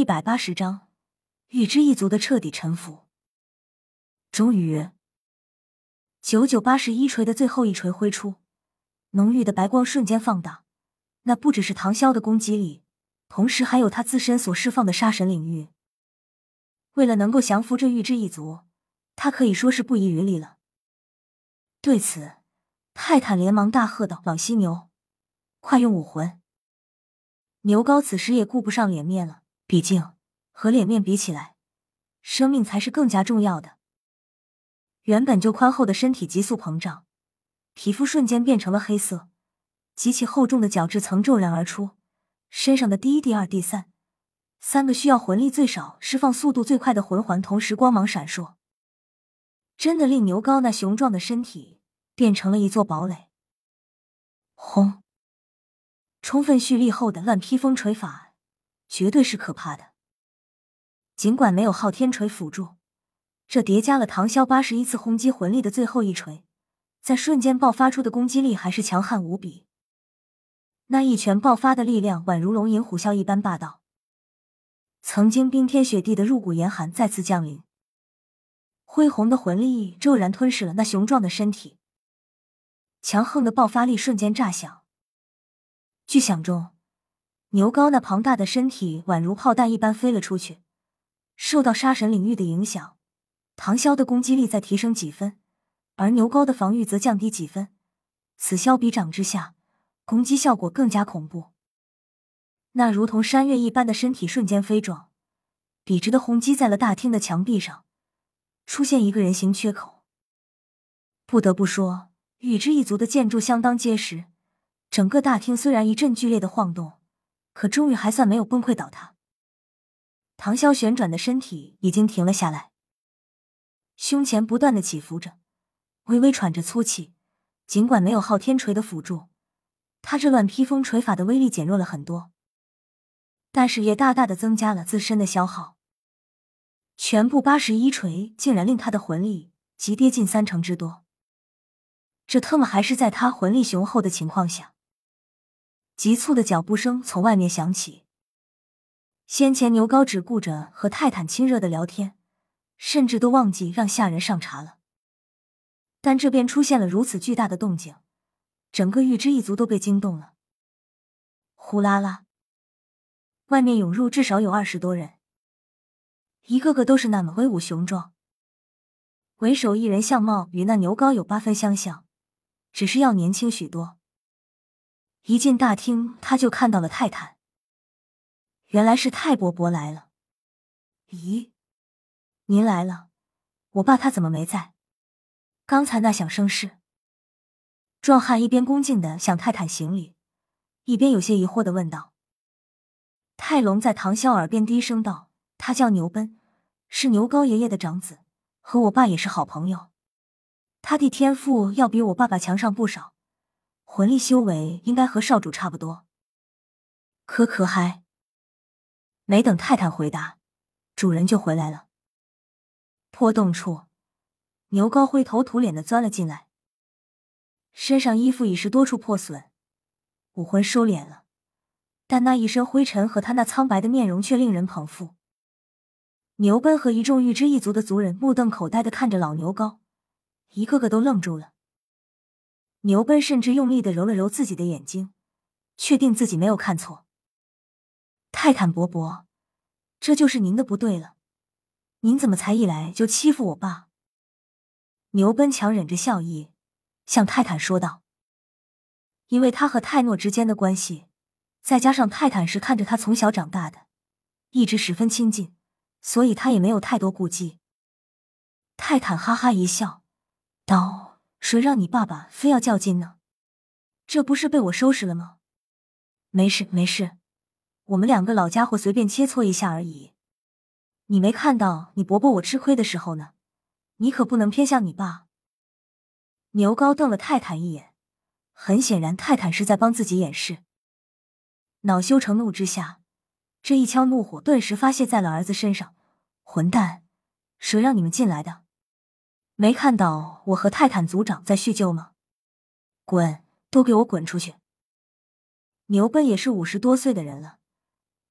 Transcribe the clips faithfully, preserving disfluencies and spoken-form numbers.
一百八十章，预知一族的彻底臣服。终于，九九八十一锤的最后一锤挥出，浓郁的白光瞬间放大。那不只是唐潇的攻击力，同时还有他自身所释放的杀神领域。为了能够降服这预知一族，他可以说是不遗余力了。对此，泰坦连忙大喝道：“老犀牛，快用武魂！”牛皋此时也顾不上脸面了，毕竟和脸面比起来，生命才是更加重要的。原本就宽厚的身体急速膨胀，皮肤瞬间变成了黑色，极其厚重的角质层骤然而出，身上的第一、第二、第三三个需要魂力最少、释放速度最快的魂环同时光芒闪烁，真的令牛皋那雄壮的身体变成了一座堡垒。轰！充分蓄力后的乱披风锤法绝对是可怕的。尽管没有昊天锤辅助，这叠加了唐潇八十一次轰击魂力的最后一锤，在瞬间爆发出的攻击力还是强悍无比。那一拳爆发的力量宛如龙吟虎啸一般霸道。曾经冰天雪地的入骨严寒再次降临，恢宏的魂力骤然吞噬了那雄壮的身体，强横的爆发力瞬间炸响。巨响中，牛皋那庞大的身体宛如炮弹一般飞了出去。受到杀神领域的影响，唐潇的攻击力再提升几分，而牛皋的防御则降低几分。此消彼长之下，攻击效果更加恐怖。那如同山岳一般的身体瞬间飞撞，笔直的轰击在了大厅的墙壁上，出现一个人形缺口。不得不说，预知一族的建筑相当结实，整个大厅虽然一阵剧烈的晃动，可终于还算没有崩溃倒塌。唐潇旋转的身体已经停了下来，胸前不断的起伏着，微微喘着粗气。尽管没有昊天锤的辅助，他这乱披风锤法的威力减弱了很多，但是也大大的增加了自身的消耗。全部八十一锤竟然令他的魂力急跌近三成之多，这特么还是在他魂力雄厚的情况下。急促的脚步声从外面响起，先前牛皋只顾着和泰坦亲热的聊天，甚至都忘记让下人上茶了。但这边出现了如此巨大的动静，整个预知一族都被惊动了。呼啦啦，外面涌入至少有二十多人，一个个都是那么威武雄壮。为首一人相貌与那牛皋有八分相像，只是要年轻许多。一进大厅，他就看到了泰坦。原来是泰伯伯来了。咦，您来了，我爸他怎么没在？刚才那响声是？壮汉一边恭敬地向泰坦行礼，一边有些疑惑地问道。泰隆在唐潇耳边低声道：“他叫牛奔，是牛皋爷爷的长子，和我爸也是好朋友。他弟天赋要比我爸爸强上不少，魂力修为应该和少主差不多。”可可嗨！没等泰坦回答，主人就回来了。破洞处，牛皋灰头土脸地钻了进来，身上衣服已是多处破损，武魂收敛了，但那一身灰尘和他那苍白的面容却令人捧腹。牛奔和一众预知一族的族人目瞪口呆地看着老牛皋，一个个都愣住了。牛奔甚至用力地揉了揉自己的眼睛，确定自己没有看错。泰坦伯伯，这就是您的不对了，您怎么才一来就欺负我爸？牛奔强忍着笑意向泰坦说道。因为他和泰诺之间的关系，再加上泰坦是看着他从小长大的，一直十分亲近，所以他也没有太多顾忌。泰坦哈哈一笑道：“谁让你爸爸非要较劲呢？这不是被我收拾了吗？没事没事，我们两个老家伙随便切磋一下而已。你没看到你伯伯我吃亏的时候呢，你可不能偏向你爸。”牛皋瞪了泰坦一眼，很显然泰坦是在帮自己掩饰。恼羞成怒之下，这一腔怒火顿时发泄在了儿子身上。混蛋，谁让你们进来的？没看到我和泰坦族长在叙旧吗？滚，都给我滚出去！牛奔也是五十多岁的人了，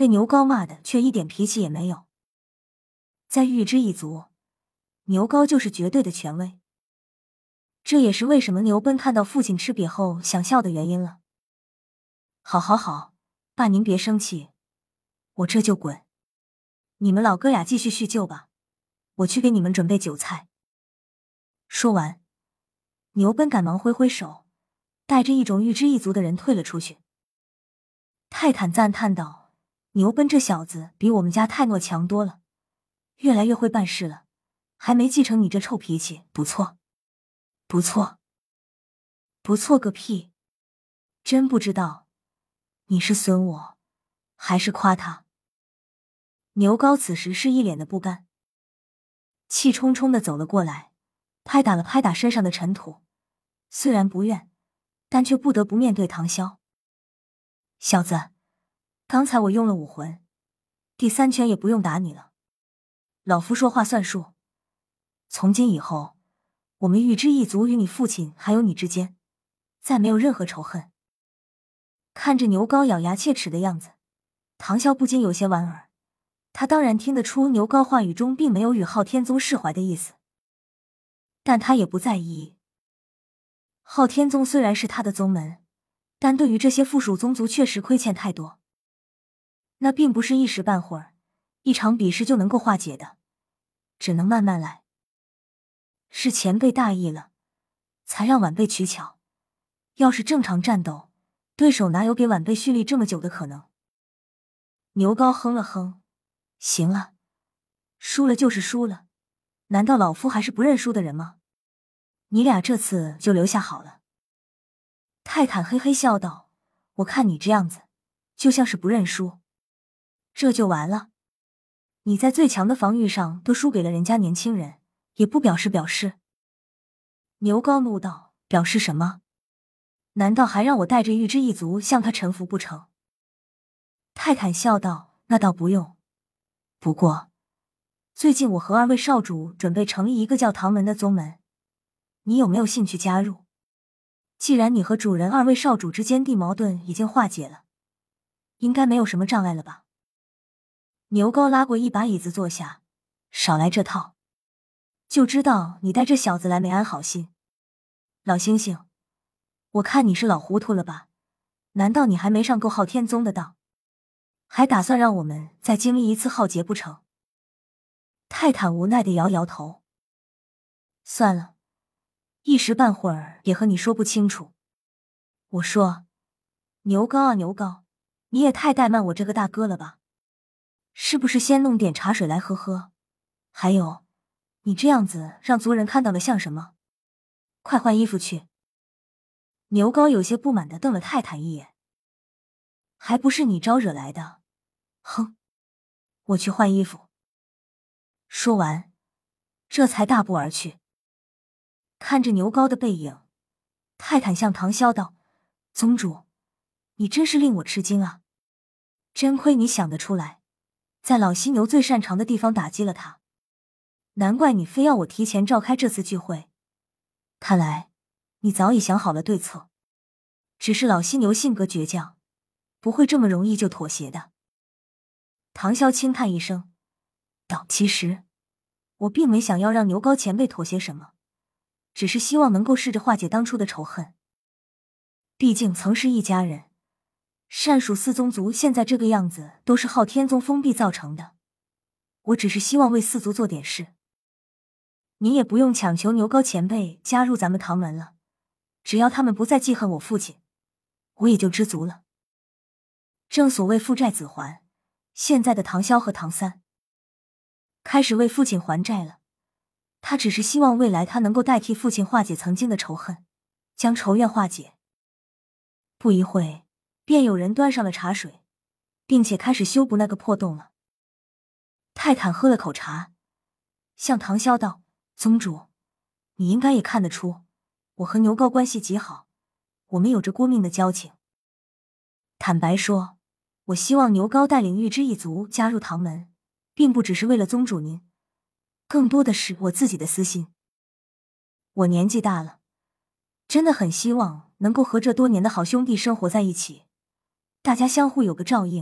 被牛皋骂的却一点脾气也没有。在玉之一族，牛皋就是绝对的权威。这也是为什么牛奔看到父亲吃瘪后想笑的原因了。好好好，爸您别生气，我这就滚。你们老哥俩继续叙旧吧，我去给你们准备酒菜。说完，牛奔赶忙挥挥手，带着一种玉之一族的人退了出去。泰坦赞叹道：“牛奔这小子比我们家泰诺强多了，越来越会办事了，还没继承你这臭脾气，不错，不错，不错个屁！真不知道你是损我，还是夸他。”牛皋此时是一脸的不甘，气冲冲的走了过来，拍打了拍打身上的尘土，虽然不愿，但却不得不面对唐潇。小子，刚才我用了武魂，第三拳也不用打你了，老夫说话算数。从今以后，我们玉之一族与你父亲还有你之间，再没有任何仇恨。看着牛皋咬牙切齿的样子，唐潇不禁有些莞尔。他当然听得出牛皋话语中并没有与昊天宗释怀的意思，但他也不在意。昊天宗虽然是他的宗门，但对于这些附属宗族确实亏欠太多，那并不是一时半会儿一场比试就能够化解的，只能慢慢来。是前辈大意了，才让晚辈取巧，要是正常战斗，对手哪有给晚辈蓄力这么久的可能。牛皋哼了哼，行了，输了就是输了，难道老夫还是不认输的人吗？你俩这次就留下好了。泰坦嘿嘿笑道，我看你这样子，就像是不认输。这就完了？你在最强的防御上都输给了人家年轻人，也不表示表示。牛皋怒道，表示什么？难道还让我带着玉之一族向他臣服不成？泰坦笑道，那倒不用。不过最近我和二位少主准备成立一个叫唐门的宗门，你有没有兴趣加入？既然你和主人二位少主之间的矛盾已经化解了，应该没有什么障碍了吧？牛皋拉过一把椅子坐下，少来这套，就知道你带这小子来没安好心。老猩猩，我看你是老糊涂了吧？难道你还没上够昊天宗的当，还打算让我们再经历一次浩劫不成？泰坦无奈地摇摇头，算了，一时半会儿也和你说不清楚。我说，牛皋啊牛皋，你也太怠慢我这个大哥了吧？是不是先弄点茶水来喝喝？还有，你这样子让族人看到了像什么？快换衣服去。牛皋有些不满地瞪了泰坦一眼，还不是你招惹来的？哼，我去换衣服。说完，这才大步而去。看着牛皋的背影，泰坦向唐潇道：“宗主，你真是令我吃惊啊！真亏你想得出来，在老犀牛最擅长的地方打击了他。难怪你非要我提前召开这次聚会，看来你早已想好了对策。只是老犀牛性格倔强，不会这么容易就妥协的。”唐潇轻叹一声，道：“其实我并没想要让牛皋前辈妥协什么，只是希望能够试着化解当初的仇恨。毕竟曾是一家人，单属四宗族现在这个样子都是昊天宗封闭造成的，我只是希望为四族做点事。你也不用强求牛皋前辈加入咱们唐门了，只要他们不再记恨我父亲，我也就知足了。正所谓父债子还，现在的唐潇和唐三开始为父亲还债了。他只是希望未来他能够代替父亲化解曾经的仇恨，将仇怨化解。不一会，便有人端上了茶水，并且开始修补那个破洞了。泰坦喝了口茶，向唐潇道：“宗主，你应该也看得出，我和牛皋关系极好，我们有着过命的交情。坦白说，我希望牛皋带领玉之一族加入唐门，并不只是为了宗主您，更多的是我自己的私心。我年纪大了，真的很希望能够和这多年的好兄弟生活在一起，大家相互有个照应，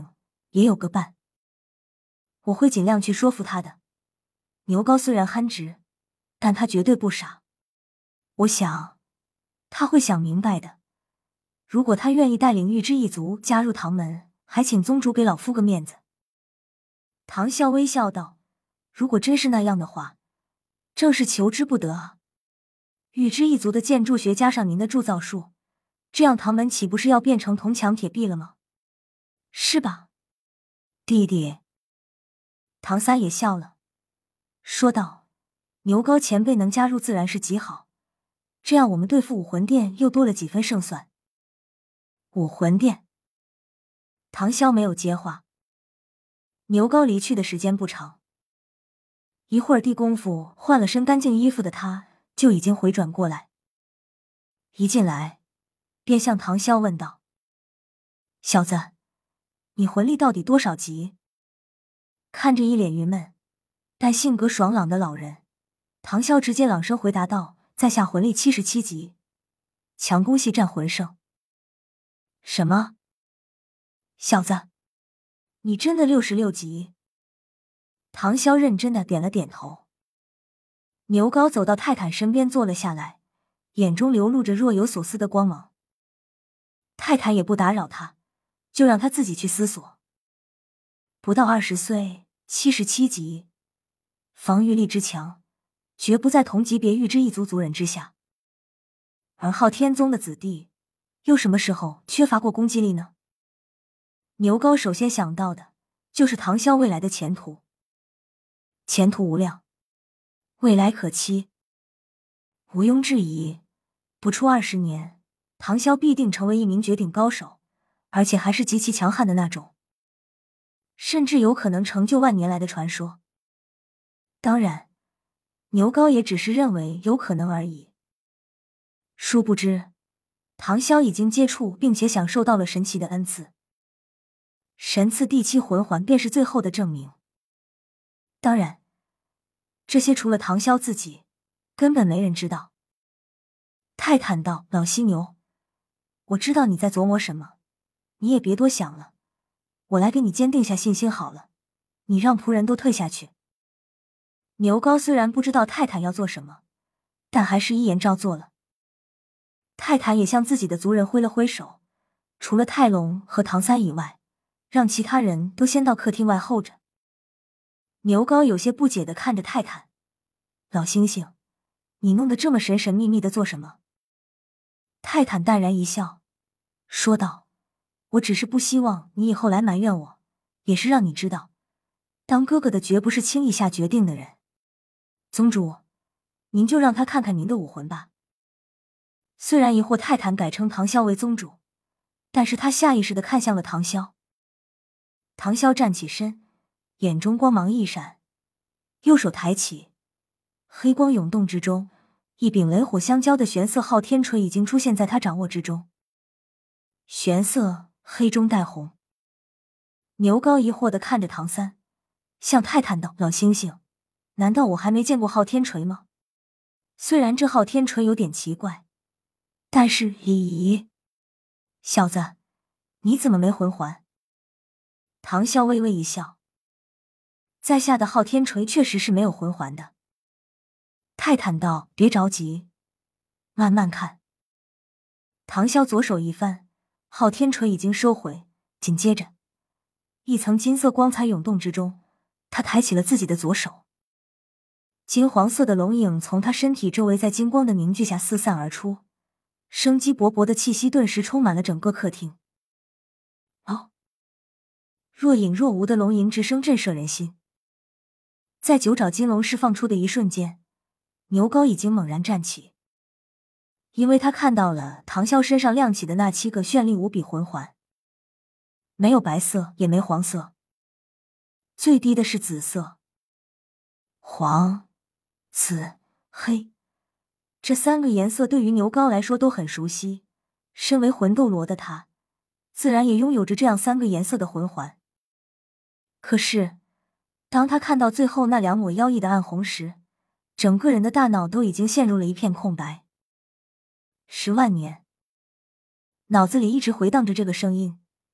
也有个伴。我会尽量去说服他的。牛皋虽然憨直，但他绝对不傻。我想，他会想明白的。如果他愿意带领玉之一族加入唐门，还请宗主给老夫个面子。唐啸微笑道：“如果真是那样的话，正是求之不得啊。玉之一族的建筑学加上您的铸造术，这样唐门岂不是要变成铜墙铁壁了吗？是吧，弟弟？”唐三也笑了，说道：“牛皋前辈能加入自然是极好，这样我们对付武魂殿又多了几分胜算。”武魂殿？唐潇没有接话。牛皋离去的时间不长，一会儿地功夫，换了身干净衣服的他就已经回转过来，一进来便向唐潇问道：“小子，你魂力到底多少级？”看着一脸郁闷但性格爽朗的老人，唐潇直接朗声回答道：“在下魂力七十七级，强攻系战魂圣。”什么？小子，你真的六十六级？唐潇认真的点了点头。牛皋走到泰坦身边坐了下来，眼中流露着若有所思的光芒。泰坦也不打扰他，就让他自己去思索。不到二十岁，七十七级，防御力之强，绝不在同级别玉之一族族人之下。而昊天宗的子弟，又什么时候缺乏过攻击力呢？牛皋首先想到的就是唐潇未来的前途，前途无量，未来可期。毋庸置疑，不出二十年，唐潇必定成为一名绝顶高手，而且还是极其强悍的那种，甚至有可能成就万年来的传说。当然，牛皋也只是认为有可能而已。殊不知，唐潇已经接触并且享受到了神奇的恩赐。神赐第七魂环便是最后的证明。当然，这些除了唐潇自己，根本没人知道。泰坦道：“老犀牛，我知道你在琢磨什么，你也别多想了，我来给你坚定下信心好了，你让仆人都退下去。”牛皋虽然不知道泰坦要做什么，但还是依言照做了。泰坦也向自己的族人挥了挥手，除了泰隆和唐三以外，让其他人都先到客厅外候着。牛皋有些不解地看着泰坦：“老猩猩，你弄得这么神神秘秘的做什么？”泰坦淡然一笑，说道：“我只是不希望你以后来埋怨我，也是让你知道，当哥哥的绝不是轻易下决定的人。宗主，您就让他看看您的武魂吧。”虽然疑惑泰坦改称唐潇为宗主，但是他下意识地看向了唐潇。唐潇站起身，眼中光芒一闪，右手抬起，黑光涌动之中，一柄雷火相交的玄色昊天锤已经出现在他掌握之中。玄色，黑中带红。牛皋疑惑地看着唐三，向泰坦道：“老猩猩，难道我还没见过昊天锤吗？虽然这昊天锤有点奇怪，但是……咦，小子，你怎么没魂环？”唐潇微微一笑，在下的昊天锤确实是没有魂环的。泰坦道：“别着急，慢慢看。”唐潇左手一翻，昊天锤已经收回，紧接着一层金色光彩涌动之中，他抬起了自己的左手。金黄色的龙影从他身体周围在金光的凝聚下四散而出，生机勃勃的气息顿时充满了整个客厅。哦，若隐若无的龙吟之声震慑人心。在九爪金龙释放出的一瞬间，牛皋已经猛然站起，因为他看到了唐潇身上亮起的那七个绚丽无比魂环，没有白色，也没黄色，最低的是紫色。黄、紫、黑，这三个颜色对于牛皋来说都很熟悉，身为魂斗罗的他，自然也拥有着这样三个颜色的魂环。可是当他看到最后那两抹妖异的暗红时，整个人的大脑都已经陷入了一片空白。十万年，脑子里一直回荡着这个声音：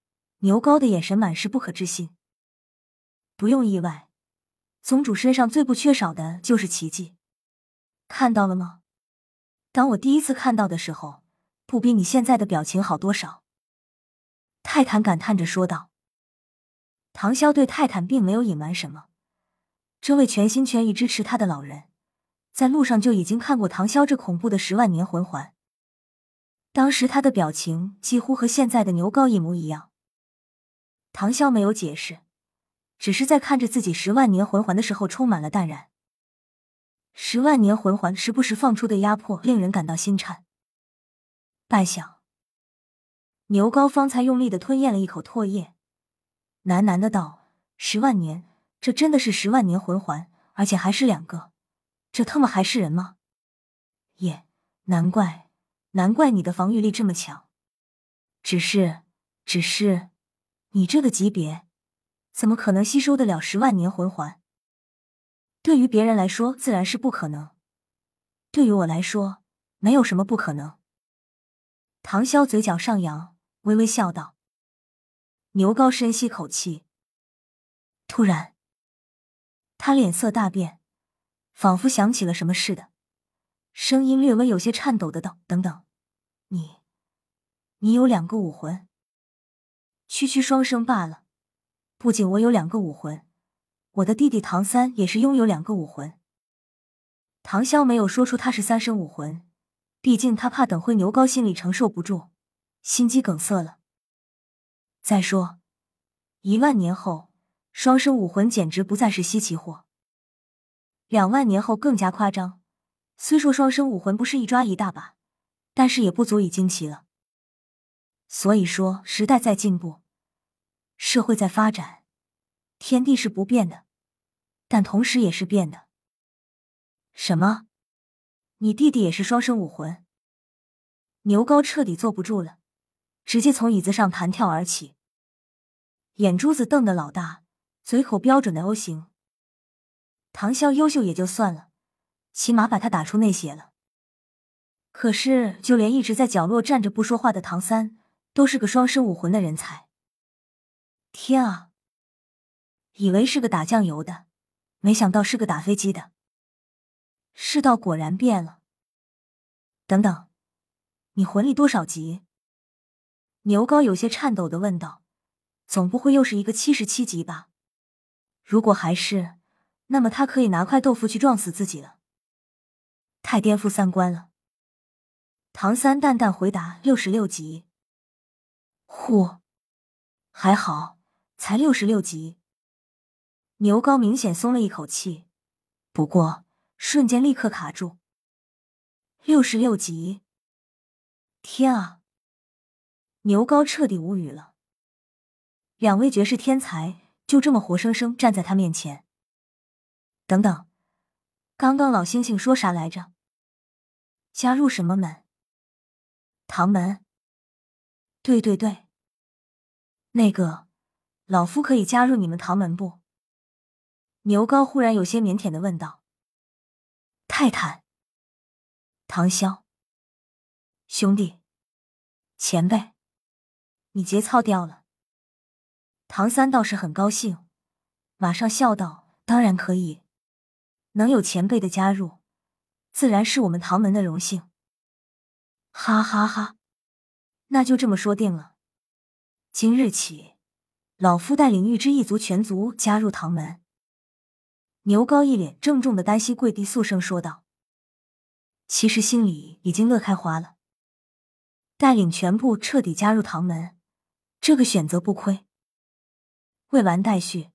牛皋的眼神满是不可置信。不用意外，宗主身上最不缺少的就是奇迹。看到了吗？当我第一次看到的时候，不比你现在的表情好多少。泰坦感叹着说道。唐潇对泰坦并没有隐瞒什么，这位全心全意支持他的老人，在路上就已经看过唐潇这恐怖的十万年魂环。当时他的表情几乎和现在的牛皋一模一样。唐潇没有解释，只是在看着自己十万年魂环的时候充满了淡然。十万年魂环时不时放出的压迫令人感到心颤。半晌，牛皋方才用力地吞咽了一口唾液，喃喃的道：十万年，这真的是十万年魂环，而且还是两个，这他妈还是人吗？耶，难怪难怪你的防御力这么强。只是只是你这个级别怎么可能吸收得了十万年魂环？对于别人来说自然是不可能，对于我来说没有什么不可能。唐潇嘴角上扬，微微笑道。牛皋深吸口气，突然他脸色大变，仿佛想起了什么似的，声音略微有些颤抖的道：等等，你你有两个武魂？区区双生罢了，不仅我有两个武魂，我的弟弟唐三也是拥有两个武魂。唐潇没有说出他是三生武魂，毕竟他怕等会牛皋心里承受不住，心肌梗塞了。再说，一万年后，双生武魂简直不再是稀奇货。两万年后更加夸张，虽说双生武魂不是一抓一大把，但是也不足以惊奇了。所以说，时代在进步，社会在发展，天地是不变的，但同时也是变的。什么？你弟弟也是双生武魂？牛皋彻底坐不住了，直接从椅子上弹跳而起，眼珠子瞪得老大，嘴口标准的 O 型。唐潇优秀也就算了，起码把他打出内血了。可是就连一直在角落站着不说话的唐三都是个双生武魂的人才。天啊，以为是个打酱油的，没想到是个打飞机的。世道果然变了。等等，你魂力多少级？牛皋有些颤抖地问道，总不会又是一个七十七级吧？如果还是，那么他可以拿块豆腐去撞死自己了。太颠覆三观了。唐三淡淡回答，六十六级。呼，还好，才六十六级。牛皋明显松了一口气，不过瞬间立刻卡住。六十六级，天啊！牛皋彻底无语了。两位绝世天才就这么活生生站在他面前。等等，刚刚老猩猩说啥来着？加入什么门？唐门。对对对，那个，老夫可以加入你们唐门不？牛皋忽然有些腼腆地问道。泰坦，唐潇，兄弟，前辈，你节操掉了。唐三倒是很高兴，马上笑道：当然可以，能有前辈的加入，自然是我们唐门的荣幸。哈哈哈，那就这么说定了。今日起，老夫带领玉之一族全族加入唐门。牛皋一脸郑重的单膝跪地肃声说道。其实心里已经乐开花了，带领全部彻底加入唐门，这个选择不亏。未完待续。